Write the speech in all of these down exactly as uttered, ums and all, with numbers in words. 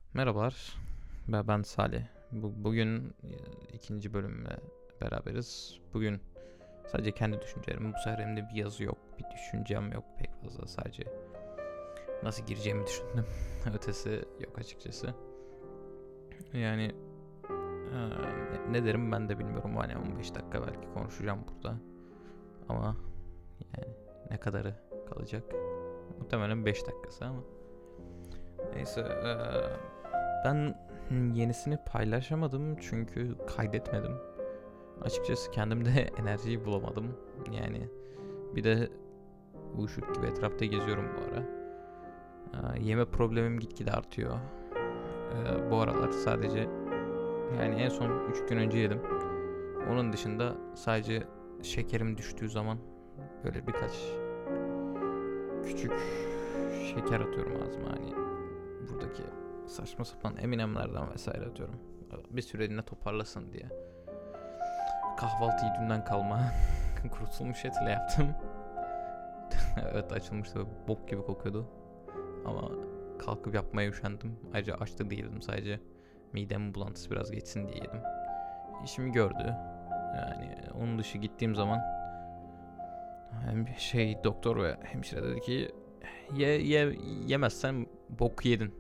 Merhabalar, ben ben Salih. Bu, bugün e, ikinci bölümle beraberiz. Bugün sadece kendi düşüncelerimi, bu sefer elimde bir yazı yok, bir düşüncem yok pek fazla. Sadece nasıl gireceğimi düşündüm. Ötesi yok açıkçası. Yani e, ne, ne derim ben de bilmiyorum. Hani on beş dakika belki konuşacağım burada. Ama yani ne kadarı kalacak? Muhtemelen beş dakikası ama. Neyse, e, ben yenisini paylaşamadım çünkü kaydetmedim. Açıkçası kendimde enerjiyi bulamadım. Yani bir de uyuşuk gibi etrafta geziyorum bu ara. Ee, yeme problemim gitgide artıyor. Ee, bu aralar sadece yani en son üç gün önce yedim. Onun dışında sadece şekerim düştüğü zaman böyle birkaç küçük şeker atıyorum ağzıma. Hani buradaki saçma sapan Eminem'lerden vesaire atıyorum. Bir süreliğine toparlasın diye. Kahvaltıyı dünden kalma kurutulmuş et ile yaptım. Evet, açılmıştı ve bok gibi kokuyordu. Ama kalkıp yapmaya üşendim. Ayrıca aç da değildim, sadece midemin bulantısı biraz geçsin diye yedim. İşimi gördü. Yani onun dışı gittiğim zaman hem şey doktor ve hemşire dedi ki ye, ye yemezsen bok yedin.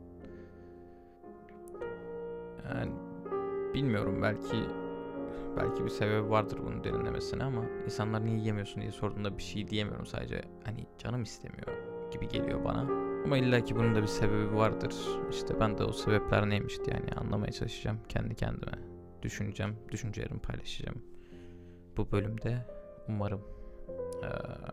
Yani bilmiyorum, belki belki bir sebebi vardır bunun derinlemesine ama insanlar niye yemiyorsun diye sorduğunda bir şey diyemiyorum, sadece hani canım istemiyor gibi geliyor bana. Ama illaki bunun da bir sebebi vardır. İşte ben de o sebepler neymiş diye yani anlamaya çalışacağım kendi kendime. Düşüneceğim, düşüncelerimi paylaşacağım bu bölümde. Umarım. Ee,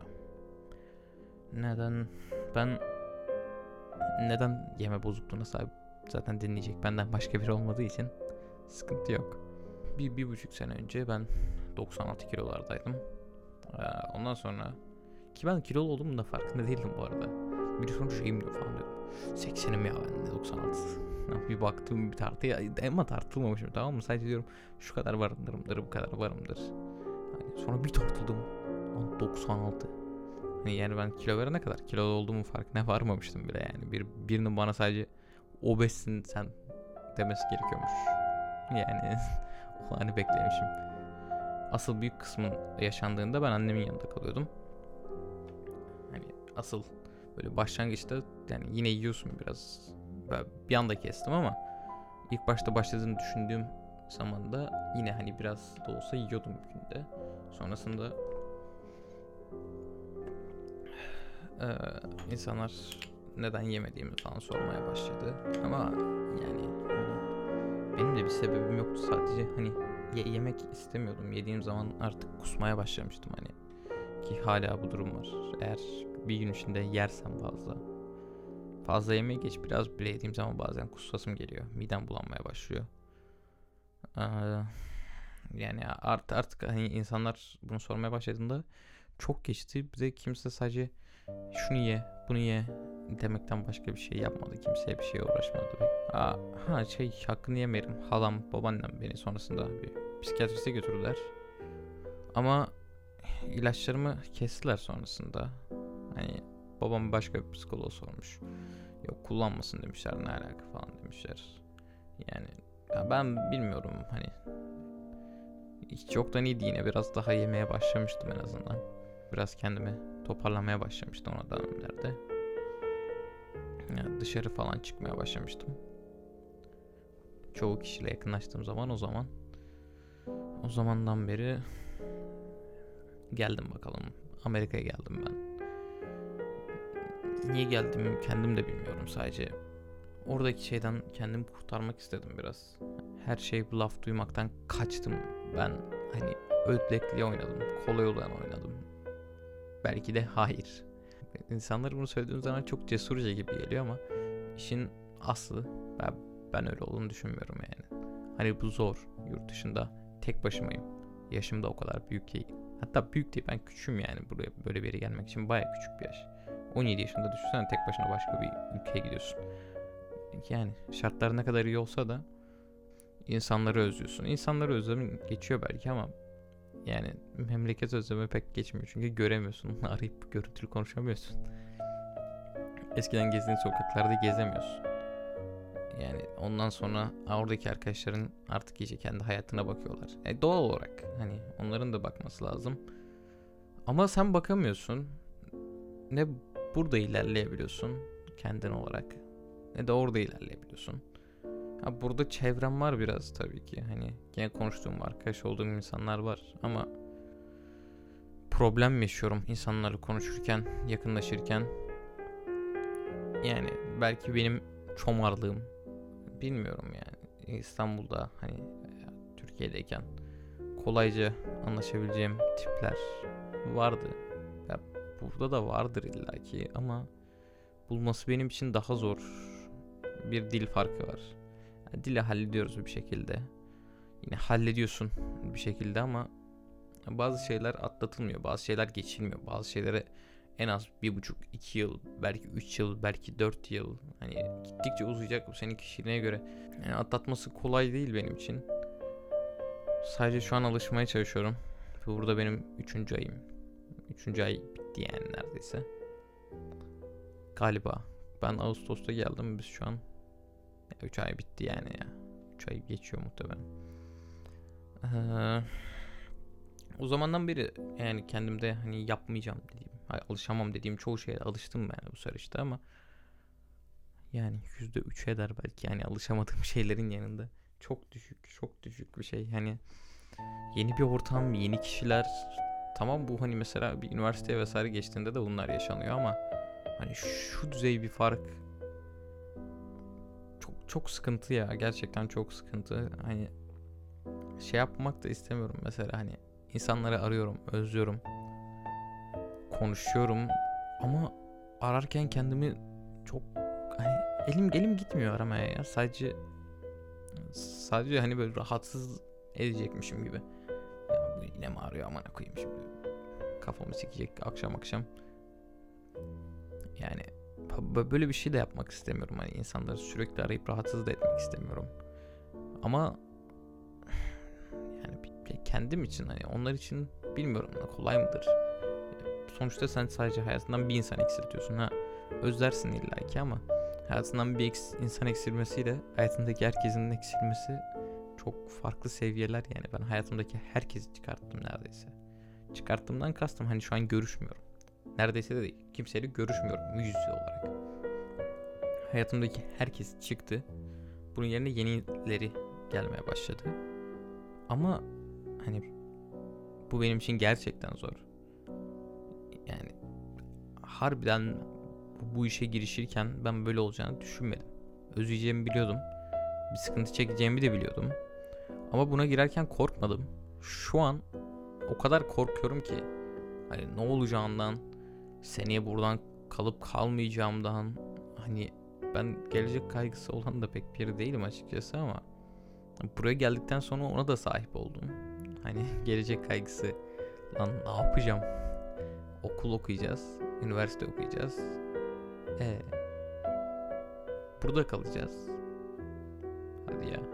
neden ben neden yeme bozukluğuna sahip, zaten dinleyecek benden başka biri olmadığı için sıkıntı yok. Bir, bir buçuk sene önce ben doksan altı kilolardaydım. Ee, ondan sonra ki ben kilolu olduğumun da farkında değildim bu arada. Bir sorunca şeyim diyor falan diyorum. seksenim ya, ben de doksan altı. Bir baktım bir tartıya, ama tartılmamışım, tamam mı? Sadece diyorum şu kadar varımdır, bu kadar varımdır. Hani sonra bir tartıldım. Lan doksan altı. Hani yani ben kilo verene kadar kilolu olduğumun farkına varmamıştım bile yani. Bir, birinin bana sadece obezsin sen demesi gerekiyormuş. Yani o hani beklemişim. Asıl büyük kısmın yaşandığında ben annemin yanında kalıyordum. Hani asıl böyle başlangıçta yani yine yiyorsun biraz. Ben bir anda kestim ama ilk başta başladığını düşündüğüm zamanda yine hani biraz da olsa yiyordum günde. Sonrasında e, insanlar neden yemediğimi falan sormaya başladı. Ama yani benim de bir sebebim yoktu, sadece hani ye- yemek istemiyordum. Yediğim zaman artık kusmaya başlamıştım hani. Ki hala bu durum var. Eğer bir gün içinde yersem fazla. Fazla yemeği geç, biraz bile yediğim zaman bazen kusasım geliyor. Midem bulanmaya başlıyor. Ee, yani art, artık hani insanlar bunu sormaya başladığında çok geçti. Bize kimse sadece şunu ye, bunu ye demekten başka bir şey yapmadı. Kimseye bir şeye uğraşmadı. Aa, ha şey hakkını yemeyelim. Halam, babaannem beni sonrasında bir psikiyatriste götürdüler. Ama ilaçlarımı kestiler sonrasında. Hani babam başka bir psikoloğa sormuş. Yok kullanmasın demişler, ne alaka falan demişler. Yani ya ben bilmiyorum hani, hiç yoktan iyiydi, yine biraz daha yemeye başlamıştım en azından. Biraz kendimi toparlamaya başlamıştım o dönemlerde. Yani dışarı falan çıkmaya başlamıştım. Çoğu kişiyle yakınlaştığım zaman o zaman. O zamandan beri geldim bakalım. Amerika'ya geldim ben. Niye geldim kendim de bilmiyorum, sadece oradaki şeyden kendimi kurtarmak istedim biraz. Her şey laf duymaktan kaçtım. Ben hani ödlekli oynadım. Kolay olan oynadım. Belki de hayır. İnsanlar bunu söylediğim zaman çok cesurca gibi geliyor ama işin aslı ben, ben öyle olduğunu düşünmüyorum yani. Hani bu zor. Yurt dışında tek başımayım. Yaşım da o kadar büyük değil. Hatta büyük değil, ben küçüğüm yani buraya böyle bir yere gelmek için baya küçük bir yaş. on yedi yaşında düşünsene, tek başına başka bir ülkeye gidiyorsun. Yani şartlar ne kadar iyi olsa da insanları özlüyorsun. İnsanları özlemin geçiyor belki ama yani memleket özlemi pek geçmiyor. Çünkü göremiyorsun. Arayıp görüntülü konuşamıyorsun. Eskiden gezdiğin sokaklarda gezemiyorsun. Yani ondan sonra oradaki arkadaşların artık iyice kendi hayatına bakıyorlar. E doğal olarak hani onların da bakması lazım. Ama sen bakamıyorsun. Ne burada ilerleyebiliyorsun kendin olarak, ne de orada ilerleyebiliyorsun. Ha, burada çevrem var biraz tabii ki. Hani gene konuştuğum, arkadaş olduğum insanlar var ama problem yaşıyorum insanlarla konuşurken, yakınlaşırken. Yani belki benim çomarlığım, bilmiyorum yani. İstanbul'da hani Türkiye'deyken kolayca anlaşabileceğim tipler vardı. Ya burada da vardır illaki ama bulması benim için daha zor. Bir dil farkı var. Yani dili hallediyoruz bir şekilde. Yine hallediyorsun bir şekilde ama bazı şeyler atlatılmıyor. Bazı şeyler geçilmiyor. Bazı şeylere en az bir buçuk, iki yıl, belki üç yıl, belki dört yıl. Hani gittikçe uzayacak bu senin kişiliğine göre. Yani atlatması kolay değil benim için. Sadece şu an alışmaya çalışıyorum. Burada benim üçüncü ayım. Üçüncü ay bitti yani neredeyse. Galiba. Ben Ağustos'ta geldim. Biz şu an üç ay bitti yani ya. üç ay geçiyor muhtemelen. Ee, o zamandan beri yani kendimde hani yapmayacağım dediğim, alışamam dediğim çoğu şeye alıştım yani bu süreçte ama yani yüzde üç eder belki yani alışamadığım şeylerin yanında. Çok düşük, çok düşük bir şey. Hani yeni bir ortam, yeni kişiler. Tamam, bu hani mesela bir üniversiteye vesaire geçtiğinde de bunlar yaşanıyor ama hani şu düzey bir fark çok çok sıkıntı ya. Gerçekten çok sıkıntı. Hani şey yapmak da istemiyorum mesela, hani insanları arıyorum, özlüyorum. Konuşuyorum ama ararken kendimi çok hani elim elim gitmiyor aramaya ya. Sadece sadece hani böyle rahatsız edecekmişim gibi. Ya bu yine mi arıyor amına koyayım şimdi. Kafamı sikecek akşam akşam. Yani böyle bir şey de yapmak istemiyorum. Hani insanları sürekli arayıp rahatsız da etmek istemiyorum. Ama yani kendim için, hani onlar için bilmiyorum kolay mıdır? Sonuçta sen sadece hayatından bir insan eksiltiyorsun. Ha, özlersin illaki ama hayatından bir eks- insan eksilmesiyle hayatındaki herkesin eksilmesi çok farklı seviyeler yani. Ben hayatımdaki herkesi çıkarttım neredeyse. Çıkarttığımdan kastım hani şu an görüşmüyorum. Neredeyse de değil. Kimseyle görüşmüyorum yüz yüze olarak. Hayatımdaki herkes çıktı. Bunun yerine yenileri gelmeye başladı. Ama hani bu benim için gerçekten zor. Yani harbiden bu işe girişirken ben böyle olacağını düşünmedim. Özleyeceğimi biliyordum. Bir sıkıntı çekeceğimi de biliyordum. Ama buna girerken korkmadım. Şu an o kadar korkuyorum ki hani ne olacağından, seneye buradan kalıp kalmayacağımdan, hani ben gelecek kaygısı olan da pek biri değilim açıkçası ama buraya geldikten sonra ona da sahip oldum. Hani gelecek kaygısı, lan ne yapacağım? Okul okuyacağız, üniversite okuyacağız. E burada kalacağız. Hadi ya.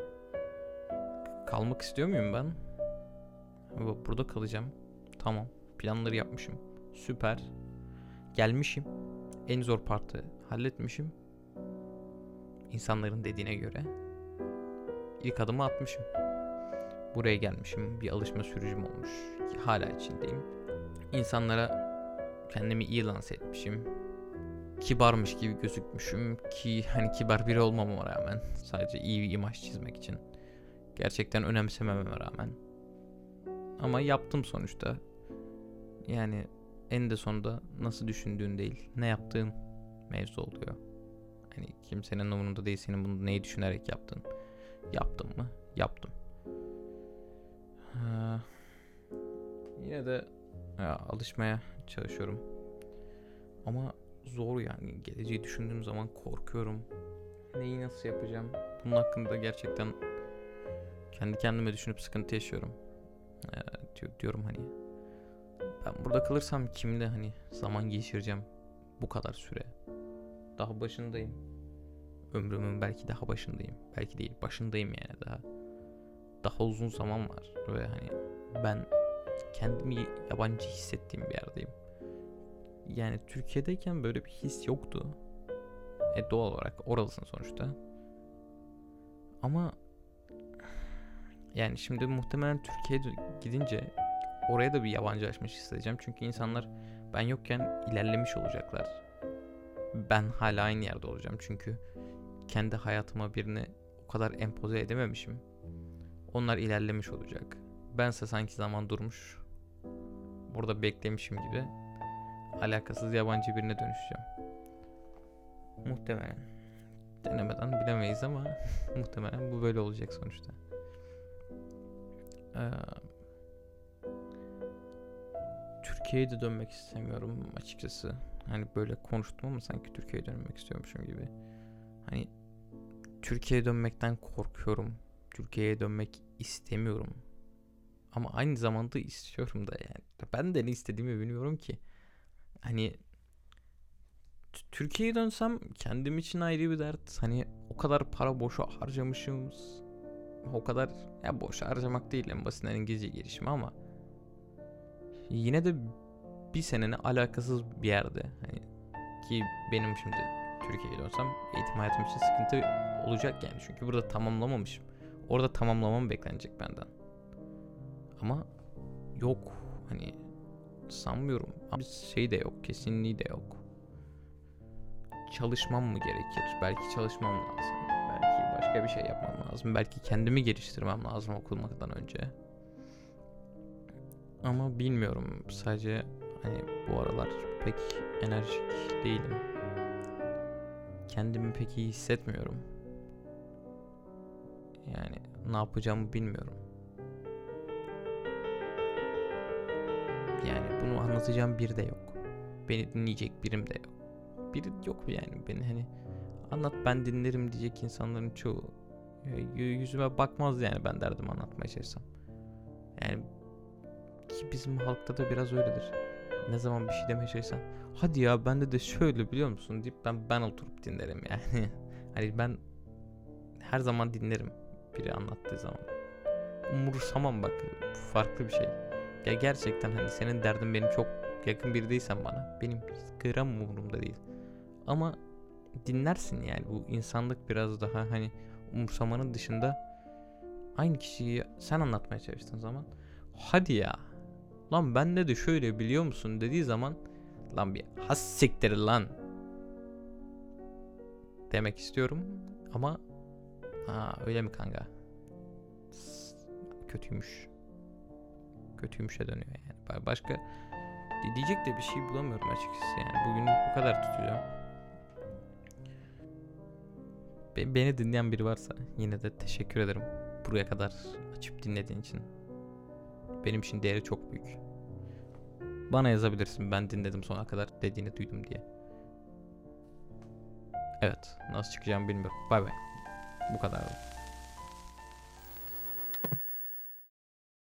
Kalmak istiyor muyum ben? Burada kalacağım. Tamam. Planları yapmışım. Süper. Gelmişim. En zor partı halletmişim. İnsanların dediğine göre. İlk adımı atmışım. Buraya gelmişim. Bir alışma sürecim olmuş. Hala içindeyim. İnsanlara kendimi iyi lanse etmişim. Kibarmış gibi gözükmüşüm ki hani kibar biri olmama rağmen, sadece iyi bir imaj çizmek için, gerçekten önemsemememe rağmen, ama yaptım sonuçta. Yani en de sonunda nasıl düşündüğün değil, ne yaptığın mevzu oluyor. Hani kimsenin umurunda değil senin bunu neyi düşünerek yaptın. Yaptım mı? Yaptım. Ee, yine de ya, alışmaya çalışıyorum. Ama zor yani. Geleceği düşündüğüm zaman korkuyorum. Neyi nasıl yapacağım? Bunun hakkında gerçekten kendi kendime düşünüp sıkıntı yaşıyorum. Ee, diyorum hani ben burada kalırsam kimle hani zaman geçireceğim bu kadar süre? Daha başındayım. Ömrümün belki daha başındayım. Belki değil, başındayım yani daha. Daha uzun zaman var ve hani ben kendimi yabancı hissettiğim bir yerdeyim. Yani Türkiye'deyken böyle bir his yoktu. E doğal olarak oralısın sonuçta. Ama yani şimdi muhtemelen Türkiye'ye gidince oraya da bir yabancılaşmış hissedeceğim. Çünkü insanlar ben yokken ilerlemiş olacaklar. Ben hala aynı yerde olacağım. Çünkü kendi hayatıma birini o kadar empoze edememişim. Onlar ilerlemiş olacak. Bense sanki zaman durmuş. Burada beklemişim gibi alakasız yabancı birine dönüşeceğim. Muhtemelen. Denemeden bilemeyiz ama muhtemelen bu böyle olacak sonuçta. Ee, Türkiye'ye de dönmek istemiyorum açıkçası. Hani böyle konuştum ama sanki Türkiye'ye dönmek istiyormuşum gibi. Hani Türkiye'ye dönmekten korkuyorum. Türkiye'ye dönmek istemiyorum. Ama aynı zamanda istiyorum da yani. Ben de ne istediğimi bilmiyorum ki. Hani Türkiye'ye dönsem kendim için ayrı bir dert. Hani o kadar para boşa harcamışım. O kadar ya boş harcamak değil en basitinden İngilizce gelişimi ama yine de bir senene alakasız bir yerde. Hani ki benim şimdi Türkiye'ye dönsem eğitim hayatım için sıkıntı olacak yani. Çünkü burada tamamlamamışım. Orada tamamlamam beklenecek benden. Ama yok hani sanmıyorum. Abi şey de yok, kesinliği de yok. Çalışmam mı gerekir? Belki çalışmam lazım. Belki başka bir şey yapmam lazım. Belki kendimi geliştirmem lazım okumadan önce. Ama bilmiyorum. Sadece hani bu aralar pek enerjik değilim. Kendimi pek iyi hissetmiyorum. Yani ne yapacağımı bilmiyorum. Yani bunu anlatacağım biri de yok. Beni dinleyecek birim de yok. Biri yok yani beni hani anlat ben dinlerim diyecek insanların çoğu yüzüme bakmaz yani ben derdim anlatmaya çalışsam. Yani ki bizim halkta da biraz öyledir. Ne zaman bir şey demeye çalışsan hadi ya bende de şöyle biliyor musun deyip ben ben oturup dinlerim yani. Hani ben her zaman dinlerim biri anlattığı zaman. Umursamam bak farklı bir şey. Ya gerçekten hani senin derdin benim çok yakın biri değilsen bana benim gram umurumda değil. Ama dinlersin yani bu insanlık biraz daha hani umursamanın dışında aynı kişiyi sen anlatmaya çalıştığın zaman hadi ya lan ben de şöyle biliyor musun dediği zaman lan bir has siktir lan demek istiyorum ama aa, öyle mi kanka kötüymüş kötüymüşe dönüyor yani başka diyecek de bir şey bulamıyorum açıkçası yani bugün bu kadar tutacağım. Be- beni dinleyen biri varsa yine de teşekkür ederim buraya kadar açıp dinlediğin için. Benim için değeri çok büyük. Bana yazabilirsin ben dinledim sonuna kadar dediğini duydum diye. Evet nasıl çıkacağımı bilmiyorum. Bay bay. Bu kadar.